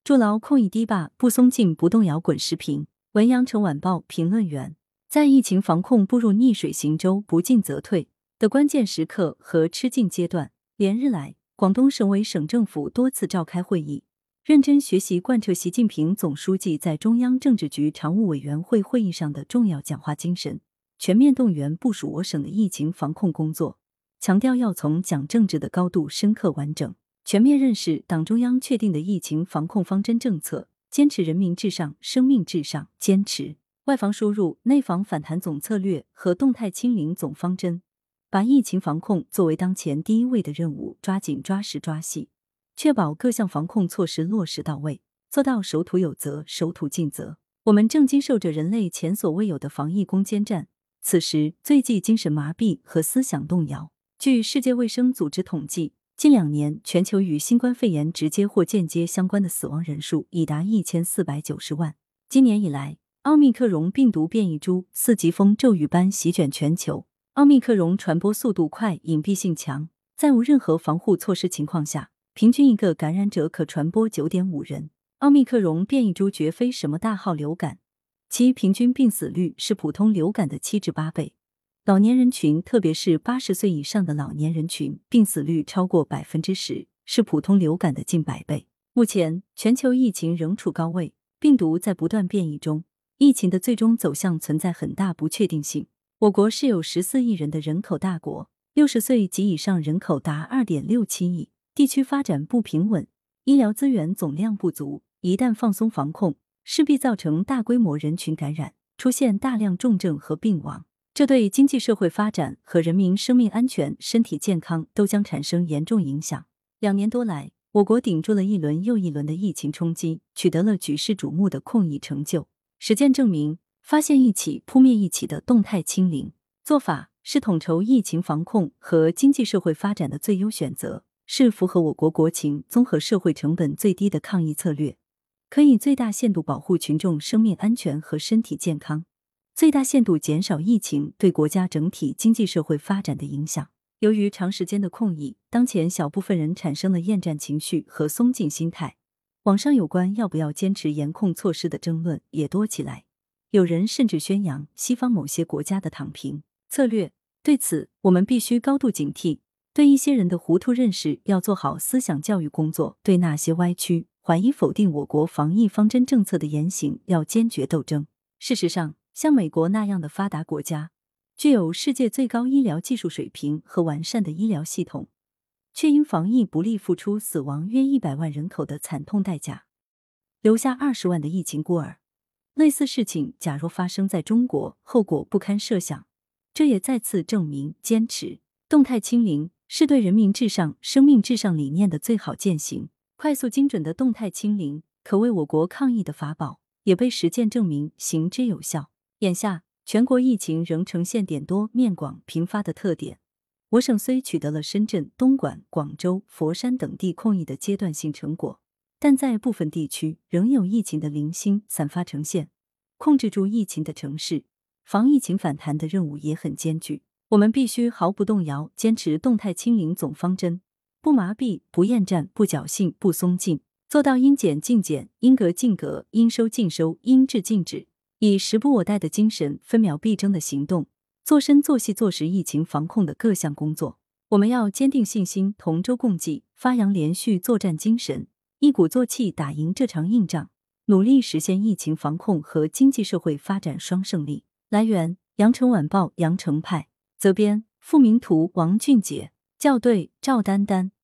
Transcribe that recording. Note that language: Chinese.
筑牢控疫堤坝，不松劲不动摇。滚石屏，文阳城晚报评论员。在疫情防控步入逆水行舟、不进则退的关键时刻和吃紧阶段，连日来，广东省委省政府多次召开会议，认真学习贯彻习近平总书记在中央政治局常务委员会会议上的重要讲话精神，全面动员部署我省的疫情防控工作，强调要从讲政治的高度深刻完整，全面认识党中央确定的疫情防控方针政策，坚持人民至上、生命至上，坚持外防输入、内防反弹总策略和动态清零总方针，把疫情防控作为当前第一位的任务，抓紧抓实抓细，确保各项防控措施落实到位，做到守土有责、守土尽责。我们正经受着人类前所未有的防疫攻坚战，此时最忌精神麻痹和思想动摇。据世界卫生组织统计，近2年全球与新冠肺炎直接或间接相关的死亡人数已达1490万。今年以来，奥密克戎病毒变异株似疾风骤雨般席卷全球。奥密克戎传播速度快，隐蔽性强，在无任何防护措施情况下，平均一个感染者可传播 9.5 人。奥密克戎变异株绝非什么大号流感，其平均病死率是普通流感的7至8倍。老年人群，特别是80岁以上的老年人群，病死率超过 10%， 是普通流感的近100倍。目前，全球疫情仍处高位，病毒在不断变异中，疫情的最终走向存在很大不确定性。我国是有14亿人的人口大国，60岁及以上人口达 2.67 亿，地区发展不平稳，医疗资源总量不足，一旦放松防控，势必造成大规模人群感染，出现大量重症和病亡。这对经济社会发展和人民生命安全、身体健康都将产生严重影响。2年多来，我国顶住了一轮又一轮的疫情冲击，取得了举世瞩目的控疫成就。实践证明，发现一起扑灭一起的动态清零做法是统筹疫情防控和经济社会发展的最优选择，是符合我国国情、综合社会成本最低的抗疫策略，可以最大限度保护群众生命安全和身体健康，最大限度减少疫情对国家整体经济社会发展的影响。由于长时间的控疫，当前小部分人产生了厌战情绪和松劲心态，网上有关要不要坚持严控措施的争论也多起来，有人甚至宣扬西方某些国家的躺平策略。对此，我们必须高度警惕，对一些人的糊涂认识要做好思想教育工作，对那些歪曲、怀疑否定我国防疫方针政策的言行要坚决斗争。事实上，像美国那样的发达国家，具有世界最高医疗技术水平和完善的医疗系统，却因防疫不力付出死亡约100万人口的惨痛代价，留下20万的疫情孤儿。类似事情假若发生在中国，后果不堪设想。这也再次证明，坚持动态清零是对人民至上、生命至上理念的最好践行。快速精准的动态清零可谓我国抗疫的法宝，也被实践证明行之有效。眼下，全国疫情仍呈现点多面广频发的特点。我省虽取得了深圳、东莞、广州、佛山等地控疫的阶段性成果，但在部分地区仍有疫情的零星散发呈现，控制住疫情的城市，防疫情反弹的任务也很艰巨。我们必须毫不动摇坚持动态清零总方针，不麻痹、不厌战、不侥幸、不松劲，做到应减尽减、应革尽革、应收尽收、应治尽治，以时不我待的精神，分秒必争的行动，做深做细做实疫情防控的各项工作。我们要坚定信心，同舟共济，发扬连续作战精神，一鼓作气打赢这场硬仗，努力实现疫情防控和经济社会发展双胜利。来源：羊城晚报羊城派，责编：付明图，王俊杰，校对：赵丹丹。